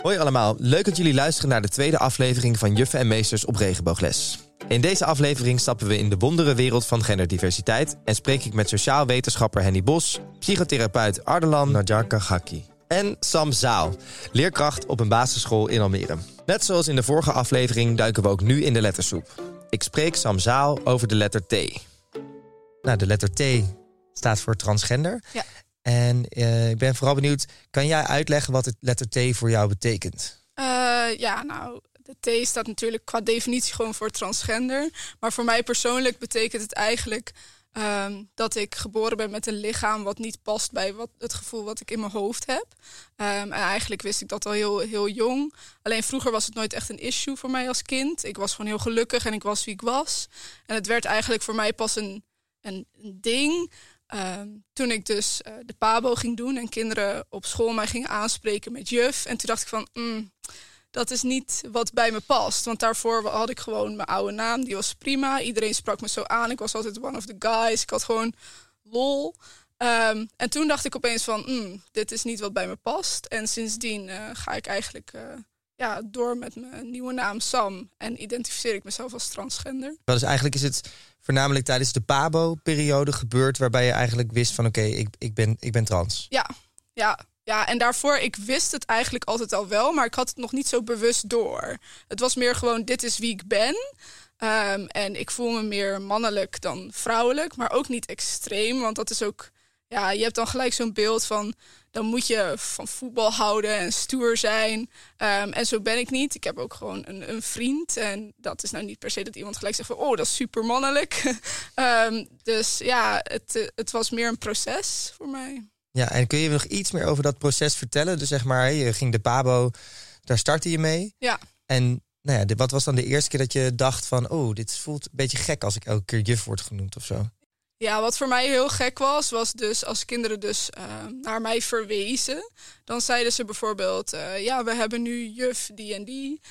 Hoi allemaal, leuk dat jullie luisteren naar de tweede aflevering van Juffen en Meesters op Regenboogles. In deze aflevering stappen we in de wondere wereld van genderdiversiteit en spreek ik met sociaal wetenschapper Henny Bos, psychotherapeut Ardalan Narjarkagaki en Sam Zaal, leerkracht op een basisschool in Almere. Net zoals in de vorige aflevering duiken we ook nu in de lettersoep. Ik spreek Sam Zaal over de letter T. Nou, de letter T staat voor transgender. Ja. En ik ben vooral benieuwd, kan jij uitleggen wat de letter T voor jou betekent? De T staat natuurlijk qua definitie gewoon voor transgender. Maar voor mij persoonlijk betekent het eigenlijk dat ik geboren ben met een lichaam wat niet past bij het gevoel wat ik in mijn hoofd heb. En eigenlijk wist ik dat al heel, heel jong. Alleen vroeger was het nooit echt een issue voor mij als kind. Ik was gewoon heel gelukkig en ik was wie ik was. En het werd eigenlijk voor mij pas een ding toen ik dus de PABO ging doen en kinderen op school mij gingen aanspreken met juf. En toen dacht ik van, dat is niet wat bij me past. Want daarvoor had ik gewoon mijn oude naam, die was prima. Iedereen sprak me zo aan, ik was altijd one of the guys. Ik had gewoon lol. En toen dacht ik opeens van, dit is niet wat bij me past. En sindsdien ga ik eigenlijk door met mijn nieuwe naam Sam. En identificeer ik mezelf als transgender. Dus eigenlijk is het voornamelijk tijdens de PABO-periode gebeurd, waarbij je eigenlijk wist van oké, ik ben trans. Ja, en daarvoor, ik wist het eigenlijk altijd al wel, maar ik had het nog niet zo bewust door. Het was meer gewoon, dit is wie ik ben. En ik voel me meer mannelijk dan vrouwelijk, maar ook niet extreem. Want dat is ook, je hebt dan gelijk zo'n beeld van, dan moet je van voetbal houden en stoer zijn. En zo ben ik niet. Ik heb ook gewoon een vriend. En dat is nou niet per se dat iemand gelijk zegt van, oh, dat is super mannelijk. Het was meer een proces voor mij. Ja, en kun je nog iets meer over dat proces vertellen? Dus zeg maar, je ging de PABO, daar startte je mee. Ja. En wat was dan de eerste keer dat je dacht van, oh, dit voelt een beetje gek als ik elke keer juf word genoemd of zo? Ja, wat voor mij heel gek was dus als kinderen dus naar mij verwezen. Dan zeiden ze bijvoorbeeld, we hebben nu juf die en die.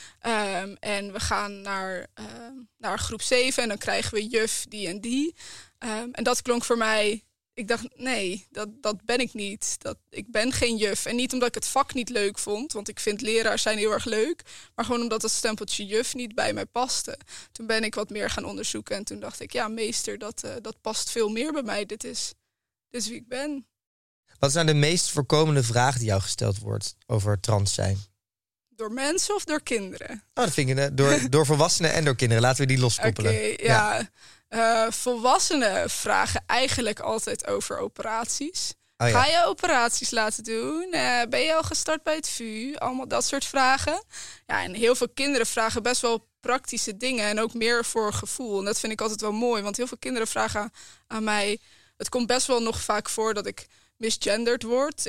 En we gaan naar groep 7 en dan krijgen we juf die en die. En dat klonk voor mij, ik dacht, nee, dat ben ik niet. Ik ben geen juf. En niet omdat ik het vak niet leuk vond, want ik vind leraars zijn heel erg leuk. Maar gewoon omdat het stempeltje juf niet bij mij paste. Toen ben ik wat meer gaan onderzoeken. En toen dacht ik, ja, meester, dat past veel meer bij mij. Dit is wie ik ben. Wat zijn de meest voorkomende vragen die jou gesteld wordt over trans zijn? Door mensen of door kinderen? Oh, dat vind ik door volwassenen en door kinderen. Laten we die loskoppelen. Oké, ja. Volwassenen vragen eigenlijk altijd over operaties. Oh, ja. Ga je operaties laten doen? Ben je al gestart bij het VU? Allemaal dat soort vragen. Ja, en heel veel kinderen vragen best wel praktische dingen. En ook meer voor gevoel. En dat vind ik altijd wel mooi. Want heel veel kinderen vragen aan mij. Het komt best wel nog vaak voor dat ik misgenderd word.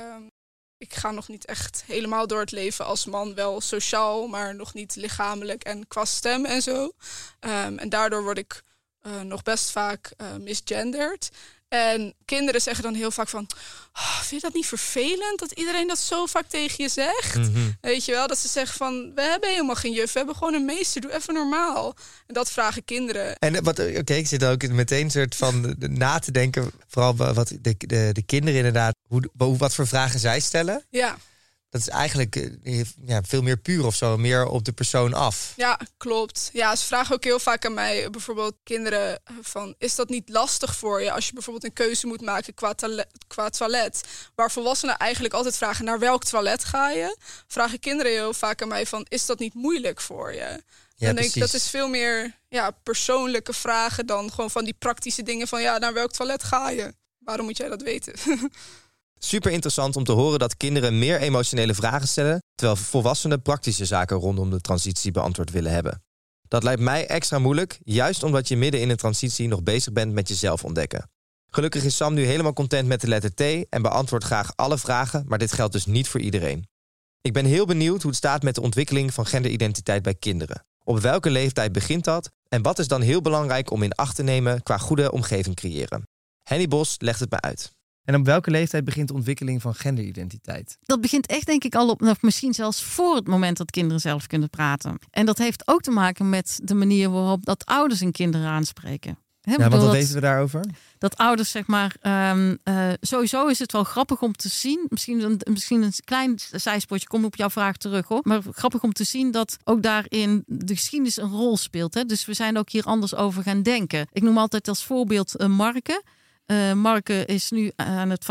Ik ga nog niet echt helemaal door het leven als man. Wel sociaal, maar nog niet lichamelijk en qua stem en zo. En daardoor word ik nog best vaak misgenderd. En kinderen zeggen dan heel vaak van, vind je dat niet vervelend dat iedereen dat zo vaak tegen je zegt? Mm-hmm. Weet je wel, dat ze zeggen van, we hebben helemaal geen juf, we hebben gewoon een meester, doe even normaal. En dat vragen kinderen. En ik zit ook meteen soort van na te denken, vooral wat de kinderen inderdaad, wat voor vragen zij stellen. Ja. Dat is eigenlijk veel meer puur of zo, meer op de persoon af. Ja, klopt. Ja, ze vragen ook heel vaak aan mij, bijvoorbeeld kinderen, van, is dat niet lastig voor je als je bijvoorbeeld een keuze moet maken qua toilet? Waar volwassenen eigenlijk altijd vragen, naar welk toilet ga je? Vragen kinderen heel vaak aan mij van, is dat niet moeilijk voor je? Ja, dan denk ik, dat is veel meer persoonlijke vragen dan gewoon van die praktische dingen van, naar welk toilet ga je? Waarom moet jij dat weten? Super interessant om te horen dat kinderen meer emotionele vragen stellen, terwijl volwassenen praktische zaken rondom de transitie beantwoord willen hebben. Dat lijkt mij extra moeilijk, juist omdat je midden in een transitie nog bezig bent met jezelf ontdekken. Gelukkig is Sam nu helemaal content met de letter T en beantwoordt graag alle vragen, maar dit geldt dus niet voor iedereen. Ik ben heel benieuwd hoe het staat met de ontwikkeling van genderidentiteit bij kinderen. Op welke leeftijd begint dat en wat is dan heel belangrijk om in acht te nemen qua goede omgeving creëren? Henny Bos legt het me uit. En op welke leeftijd begint de ontwikkeling van genderidentiteit? Dat begint echt denk ik al of misschien zelfs voor het moment dat kinderen zelf kunnen praten. En dat heeft ook te maken met de manier waarop dat ouders hun kinderen aanspreken. Hè, Ja, want wat weten we daarover? Dat ouders, zeg maar, sowieso is het wel grappig om te zien. Misschien een klein zijspoortje, kom op jouw vraag terug hoor. Maar grappig om te zien dat ook daarin de geschiedenis een rol speelt. Hè? Dus we zijn ook hier anders over gaan denken. Ik noem altijd als voorbeeld Marke. Marke is nu aan het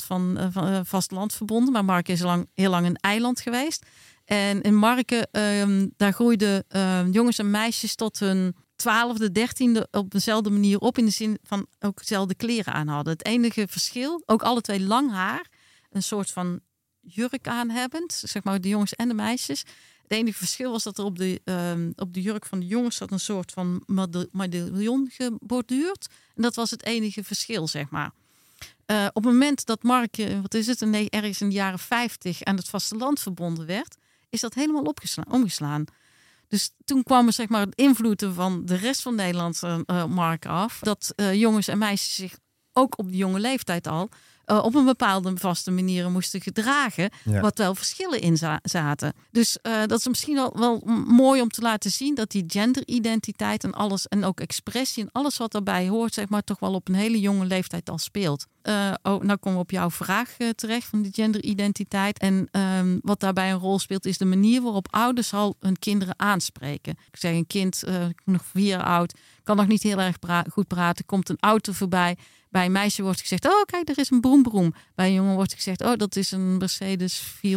vasteland verbonden. Maar Marke is heel lang een eiland geweest. En in Marke, daar groeiden jongens en meisjes tot hun 12e, 13e op dezelfde manier op. In de zin van ook dezelfde kleren aan hadden. Het enige verschil, ook alle twee lang haar. Een soort van jurk aan hebbend. Zeg maar de jongens en de meisjes. Het enige verschil was dat er op de jurk van de jongens zat een soort van medaillon geborduurd. En dat was het enige verschil, zeg maar. Op het moment dat Marke, ergens in de jaren 50 aan het vasteland verbonden werd, is dat helemaal omgeslaan. Dus toen kwam er zeg maar het invloeden van de rest van Nederland Marke af. Dat jongens en meisjes zich ook op de jonge leeftijd al op een bepaalde vaste manier moesten gedragen. Ja. Wat wel verschillen in zaten. Dus dat is misschien wel mooi om te laten zien dat die genderidentiteit en alles en ook expressie en alles wat daarbij hoort, zeg maar, toch wel op een hele jonge leeftijd al speelt. Nou komen we op jouw vraag terecht van de genderidentiteit. En wat daarbij een rol speelt is de manier waarop ouders al hun kinderen aanspreken. Ik zeg een kind, nog 4 jaar oud, kan nog niet heel erg goed praten. Komt een auto voorbij. Bij een meisje wordt gezegd, oh kijk, er is een broem. Bij een jongen wordt gezegd, oh dat is een Mercedes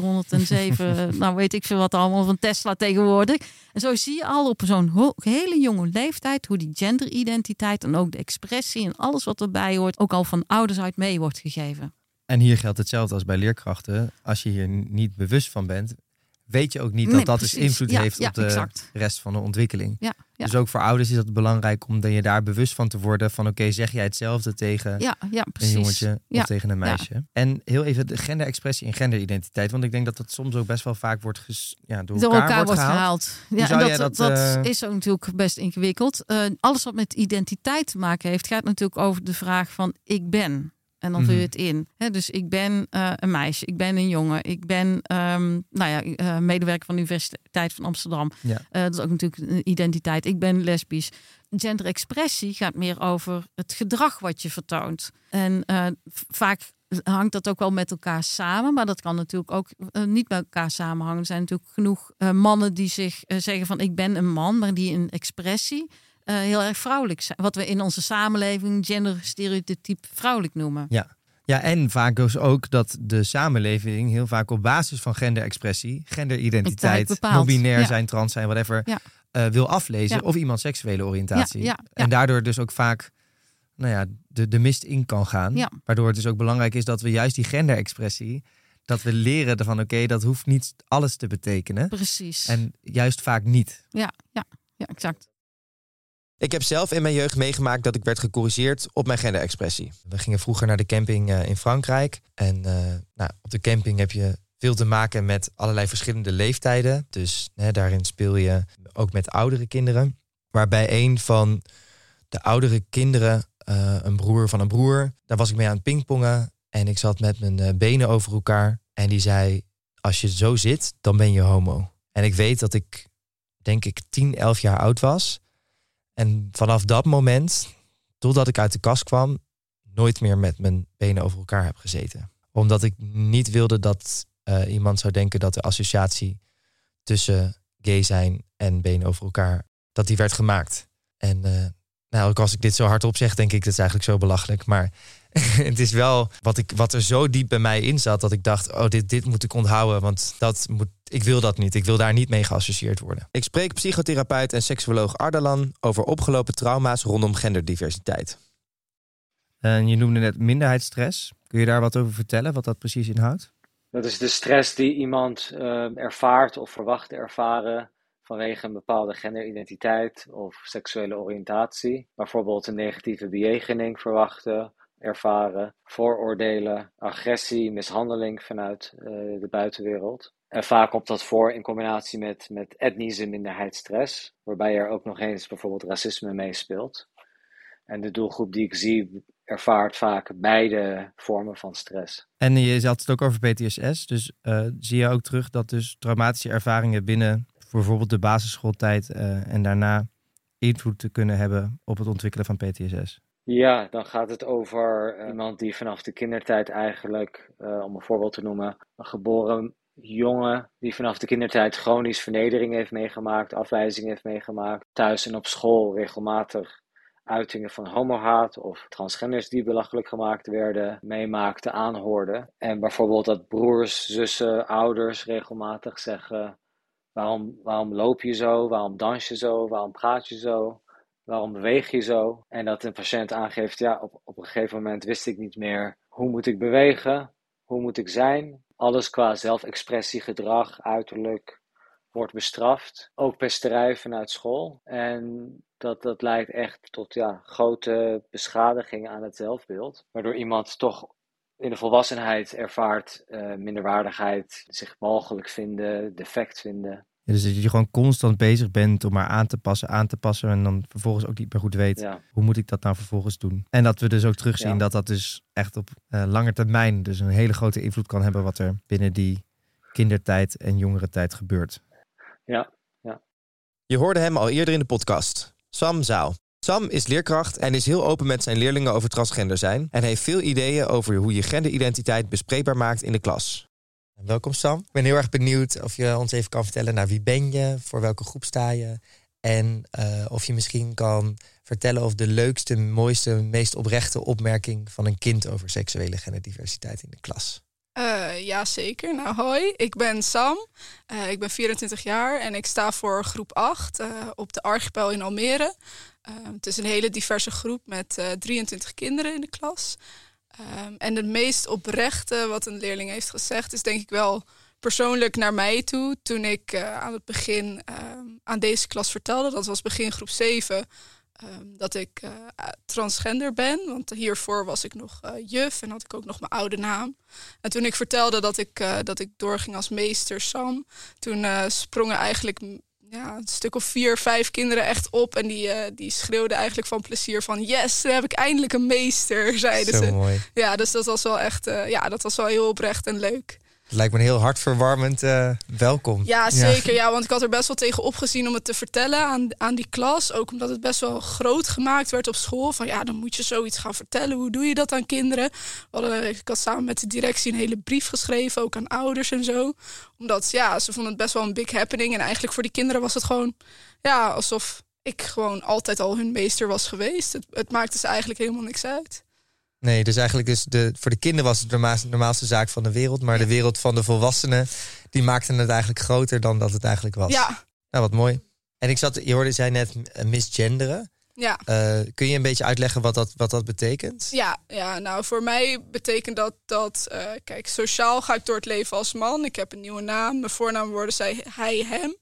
407. Nou weet ik veel wat allemaal van Tesla tegenwoordig. En zo zie je al op zo'n hele jonge leeftijd hoe die genderidentiteit en ook de expressie en alles wat erbij hoort ook al van ouders uit mee wordt gegeven. En hier geldt hetzelfde als bij leerkrachten. Als je hier niet bewust van bent, weet je ook niet dat dus invloed heeft op de rest van de ontwikkeling. Ja. Dus ook voor ouders is het belangrijk om je daar bewust van te worden van oké, zeg jij hetzelfde tegen een jongetje of tegen een meisje. Ja. En heel even de genderexpressie en genderidentiteit, want ik denk dat dat soms ook best wel vaak wordt door elkaar wordt gehaald. Ja, dat is ook natuurlijk best ingewikkeld. Alles wat met identiteit te maken heeft, gaat natuurlijk over de vraag van ik ben. En dan vul je het in. Dus ik ben een meisje, ik ben een jongen, ik ben medewerker van de Universiteit van Amsterdam. Ja. Dat is ook natuurlijk een identiteit. Ik ben lesbisch. Genderexpressie gaat meer over het gedrag wat je vertoont. En vaak hangt dat ook wel met elkaar samen, maar dat kan natuurlijk ook niet met elkaar samenhangen. Er zijn natuurlijk genoeg mannen die zich zeggen van ik ben een man, maar die een expressie heel erg vrouwelijk zijn. Wat we in onze samenleving genderstereotype vrouwelijk noemen. Ja, en vaak dus ook dat de samenleving heel vaak op basis van genderexpressie, genderidentiteit, non-binair zijn, trans zijn, whatever, wil aflezen of iemand seksuele oriëntatie. En daardoor dus ook vaak de mist in kan gaan. Ja. Waardoor het dus ook belangrijk is dat we juist die genderexpressie, dat we leren van oké, dat hoeft niet alles te betekenen. Precies. En juist vaak niet. Ja, exact. Ik heb zelf in mijn jeugd meegemaakt dat ik werd gecorrigeerd op mijn genderexpressie. We gingen vroeger naar de camping in Frankrijk. En op de camping heb je veel te maken met allerlei verschillende leeftijden. Dus daarin speel je ook met oudere kinderen. Waarbij een van de oudere kinderen, een broer van een broer, daar was ik mee aan het pingpongen. En ik zat met mijn benen over elkaar. En die zei, als je zo zit, dan ben je homo. En ik weet dat ik, denk ik, 10, 11 jaar oud was. En vanaf dat moment, totdat ik uit de kast kwam, nooit meer met mijn benen over elkaar heb gezeten. Omdat ik niet wilde dat iemand zou denken dat de associatie tussen gay zijn en benen over elkaar, dat die werd gemaakt. En ook als ik dit zo hardop zeg, denk ik, dat is eigenlijk zo belachelijk. Maar het is wel wat er zo diep bij mij in zat, dat ik dacht, dit moet ik onthouden, want ik wil dat niet. Ik wil daar niet mee geassocieerd worden. Ik spreek psychotherapeut en seksuoloog Ardalan over opgelopen trauma's rondom genderdiversiteit. En je noemde net minderheidsstress. Kun je daar wat over vertellen, wat dat precies inhoudt? Dat is de stress die iemand ervaart of verwacht te ervaren vanwege een bepaalde genderidentiteit of seksuele oriëntatie. Bijvoorbeeld een negatieve bejegening verwachten, ervaren, vooroordelen, agressie, mishandeling vanuit de buitenwereld. En vaak komt dat voor in combinatie met etnische minderheidsstress, waarbij er ook nog eens bijvoorbeeld racisme meespeelt. En de doelgroep die ik zie ervaart vaak beide vormen van stress. En je had het ook over PTSS, dus zie je ook terug dat dus traumatische ervaringen binnen bijvoorbeeld de basisschooltijd en daarna invloed te kunnen hebben op het ontwikkelen van PTSS? Ja, dan gaat het over iemand die vanaf de kindertijd eigenlijk, om een voorbeeld te noemen, een geboren jongen die vanaf de kindertijd chronisch vernedering heeft meegemaakt, afwijzing heeft meegemaakt, thuis en op school regelmatig uitingen van homohaat of transgenders die belachelijk gemaakt werden, meemaakte, aanhoorde. En bijvoorbeeld dat broers, zussen, ouders regelmatig zeggen: waarom loop je zo? Waarom dans je zo? Waarom praat je zo? Waarom beweeg je zo? En dat een patiënt aangeeft: ja, op een gegeven moment wist ik niet meer hoe moet ik bewegen, hoe moet ik zijn. Alles qua zelfexpressie, gedrag, uiterlijk wordt bestraft. Ook pesterij vanuit school. En dat leidt echt tot grote beschadigingen aan het zelfbeeld. Waardoor iemand toch in de volwassenheid ervaart minderwaardigheid, zich walgelijk vinden, defect vinden. Ja, dus dat je gewoon constant bezig bent om maar aan te passen en dan vervolgens ook niet meer goed weet hoe moet ik dat nou vervolgens doen. En dat we dus ook terugzien dat dus echt op lange termijn dus een hele grote invloed kan hebben wat er binnen die kindertijd en jongere tijd gebeurt. Ja. Je hoorde hem al eerder in de podcast. Sam Zaal. Sam is leerkracht en is heel open met zijn leerlingen over transgender zijn en heeft veel ideeën over hoe je genderidentiteit bespreekbaar maakt in de klas. Welkom Sam. Ik ben heel erg benieuwd of je ons even kan vertellen, wie ben je, voor welke groep sta je en of je misschien kan vertellen of de leukste, mooiste, meest oprechte opmerking van een kind over seksuele genderdiversiteit in de klas. Ja, zeker. Nou, hoi. Ik ben Sam. Ik ben 24 jaar en ik sta voor groep 8 op de Archipel in Almere. Het is een hele diverse groep met 23 kinderen in de klas. En het meest oprechte wat een leerling heeft gezegd is denk ik wel persoonlijk naar mij toe. Toen ik aan het begin aan deze klas vertelde, dat was begin groep 7... dat ik transgender ben. Want hiervoor was ik nog juf en had ik ook nog mijn oude naam. En toen ik vertelde dat ik doorging als meester Sam, toen sprongen eigenlijk een stuk of 4, 5 kinderen echt op. En die schreeuwden eigenlijk van plezier van yes, dan heb ik eindelijk een meester, zeiden ze. Zo mooi. Ja, dus dat was wel echt, dat was wel heel oprecht en leuk. Het lijkt me een heel hartverwarmend welkom. Ja, zeker. Ja, want ik had er best wel tegen opgezien om het te vertellen aan die klas. Ook omdat het best wel groot gemaakt werd op school. Van dan moet je zoiets gaan vertellen. Hoe doe je dat aan kinderen? Ik had samen met de directie een hele brief geschreven. Ook aan ouders en zo. Omdat ze vonden het best wel een big happening. En eigenlijk voor die kinderen was het gewoon alsof ik gewoon altijd al hun meester was geweest. Het maakte ze eigenlijk helemaal niks uit. Nee, dus eigenlijk voor de kinderen was het de normaalste zaak van de wereld. Maar de wereld van de volwassenen, die maakte het eigenlijk groter dan dat het eigenlijk was. Ja. Nou, wat mooi. En je zei net misgenderen. Ja. Kun je een beetje uitleggen wat dat betekent? Ja, nou voor mij betekent dat kijk, sociaal ga ik door het leven als man. Ik heb een nieuwe naam. Mijn voornaamwoorden zijn hij, hem.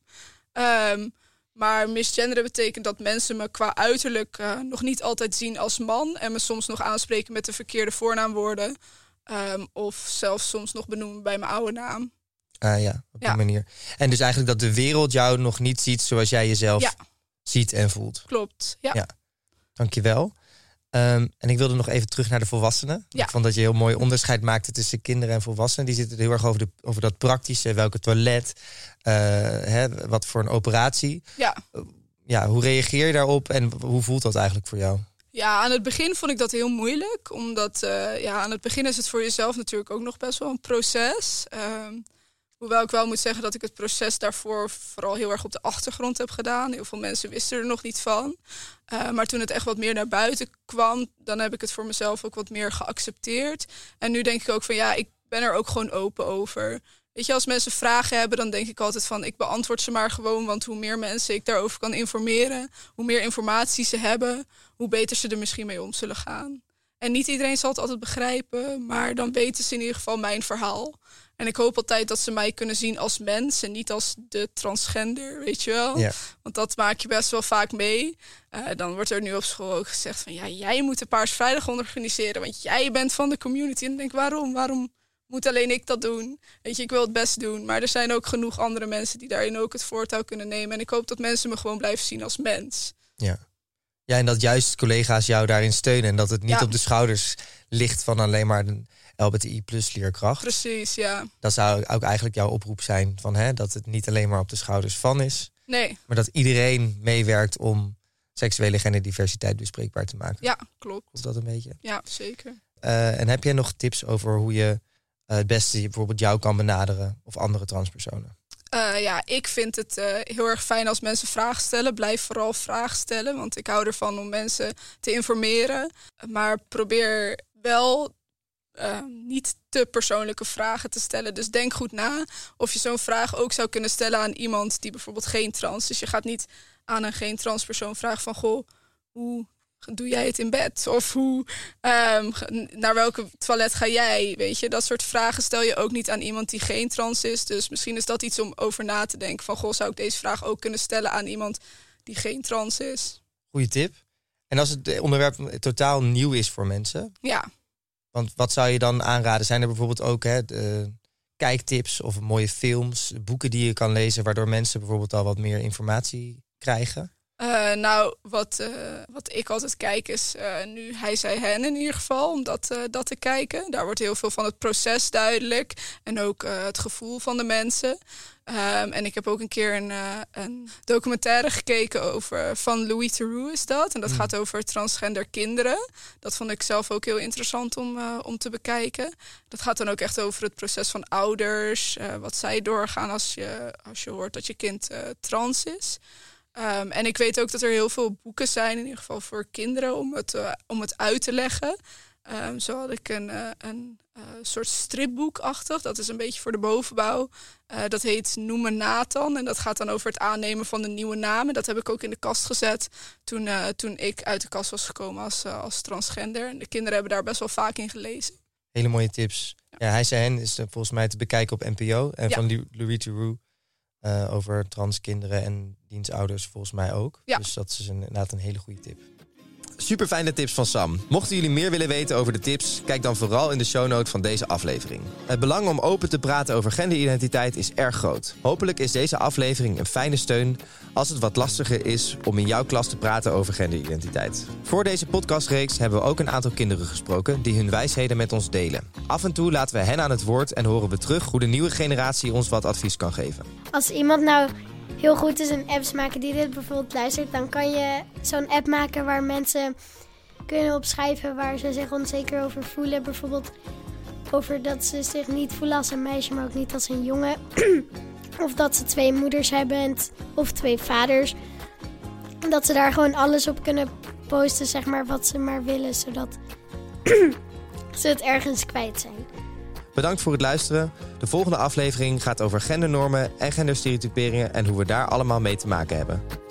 Maar misgenderen betekent dat mensen me qua uiterlijk nog niet altijd zien als man. En me soms nog aanspreken met de verkeerde voornaamwoorden. Of zelfs soms nog benoemen bij mijn oude naam. Op die manier. En dus eigenlijk dat de wereld jou nog niet ziet zoals jij jezelf ziet en voelt. Klopt, ja. Dankjewel. En ik wilde nog even terug naar de volwassenen. Ja. Ik vond dat je heel mooi onderscheid maakte tussen kinderen en volwassenen. Die zitten heel erg over dat praktische. Welke toilet, wat voor een operatie. Ja, hoe reageer je daarop en hoe voelt dat eigenlijk voor jou? Ja, aan het begin vond ik dat heel moeilijk. Omdat aan het begin is het voor jezelf natuurlijk ook nog best wel een proces. Hoewel ik wel moet zeggen dat ik het proces daarvoor vooral heel erg op de achtergrond heb gedaan. Heel veel mensen wisten er nog niet van. Maar toen het echt wat meer naar buiten kwam, dan heb ik het voor mezelf ook wat meer geaccepteerd. En nu denk ik ook van ik ben er ook gewoon open over. Weet je, als mensen vragen hebben, dan denk ik altijd van ik beantwoord ze maar gewoon. Want hoe meer mensen ik daarover kan informeren, hoe meer informatie ze hebben, hoe beter ze er misschien mee om zullen gaan. En niet iedereen zal het altijd begrijpen, maar dan weten ze in ieder geval mijn verhaal. En ik hoop altijd dat ze mij kunnen zien als mens en niet als de transgender, weet je wel. Ja. Want dat maak je best wel vaak mee. Dan wordt er nu op school ook gezegd van jij moet de Paars Vrijdag organiseren, want jij bent van de community. En dan denk ik, waarom moet alleen ik dat doen? Weet je, ik wil het best doen, maar er zijn ook genoeg andere mensen die daarin ook het voortouw kunnen nemen. En ik hoop dat mensen me gewoon blijven zien als mens. Ja, en dat juist collega's jou daarin steunen en dat het niet op de schouders ligt van alleen maar een LBTI+ leerkracht. Precies, ja. Dat zou ook eigenlijk jouw oproep zijn van dat het niet alleen maar op de schouders van is. Nee. Maar dat iedereen meewerkt om seksuele genderdiversiteit bespreekbaar te maken. Ja, klopt. Klopt dat een beetje? Ja, zeker. En heb jij nog tips over hoe je het beste bijvoorbeeld jou kan benaderen of andere transpersonen? Ik vind het heel erg fijn als mensen vragen stellen. Blijf vooral vragen stellen, want ik hou ervan om mensen te informeren. Maar probeer wel niet te persoonlijke vragen te stellen. Dus denk goed na of je zo'n vraag ook zou kunnen stellen aan iemand die bijvoorbeeld geen trans. Dus je gaat niet aan een geen trans persoon vragen van, goh, hoe doe jij het in bed? Of hoe, naar welke toilet ga jij? Weet je, dat soort vragen stel je ook niet aan iemand die geen trans is. Dus misschien is dat iets om over na te denken. Van, goh, zou ik deze vraag ook kunnen stellen aan iemand die geen trans is? Goeie tip. En als het onderwerp totaal nieuw is voor mensen? Ja. Want wat zou je dan aanraden? Zijn er bijvoorbeeld ook kijktips of mooie films, boeken die je kan lezen, waardoor mensen bijvoorbeeld al wat meer informatie krijgen? Wat ik altijd kijk is nu Hij, Zij, Hen in ieder geval. Om dat te kijken. Daar wordt heel veel van het proces duidelijk. En ook het gevoel van de mensen. En ik heb ook een keer een documentaire gekeken van Louis Theroux is dat. En dat gaat over transgender kinderen. Dat vond ik zelf ook heel interessant om te bekijken. Dat gaat dan ook echt over het proces van ouders. Wat zij doorgaan als je hoort dat je kind trans is. En ik weet ook dat er heel veel boeken zijn, in ieder geval voor kinderen, om het uit te leggen. Zo had ik een soort stripboekachtig, dat is een beetje voor de bovenbouw. Dat heet Noem me Nathan en dat gaat dan over het aannemen van de nieuwe namen. Dat heb ik ook in de kast gezet toen ik uit de kast was gekomen als transgender. En de kinderen hebben daar best wel vaak in gelezen. Hele mooie tips. Ja, Hij, Zij, Hen is volgens mij te bekijken op NPO. En van Louis Theroux over transkinderen en dienstouders volgens mij ook. Ja. Dus dat is inderdaad een hele goede tip. Super fijne tips van Sam. Mochten jullie meer willen weten over de tips, kijk dan vooral in de shownote van deze aflevering. Het belang om open te praten over genderidentiteit is erg groot. Hopelijk is deze aflevering een fijne steun als het wat lastiger is om in jouw klas te praten over genderidentiteit. Voor deze podcastreeks hebben we ook een aantal kinderen gesproken die hun wijsheden met ons delen. Af en toe laten we hen aan het woord en horen we terug hoe de nieuwe generatie ons wat advies kan geven. Als iemand nou heel goed is in apps maken die dit bijvoorbeeld luistert, dan kan je zo'n app maken waar mensen kunnen opschrijven waar ze zich onzeker over voelen. Bijvoorbeeld over dat ze zich niet voelen als een meisje, maar ook niet als een jongen. Of dat ze 2 moeders hebben of 2 vaders. En dat ze daar gewoon alles op kunnen posten, zeg maar, wat ze maar willen, zodat ze het ergens kwijt zijn. Bedankt voor het luisteren. De volgende aflevering gaat over gendernormen en genderstereotyperingen en hoe we daar allemaal mee te maken hebben.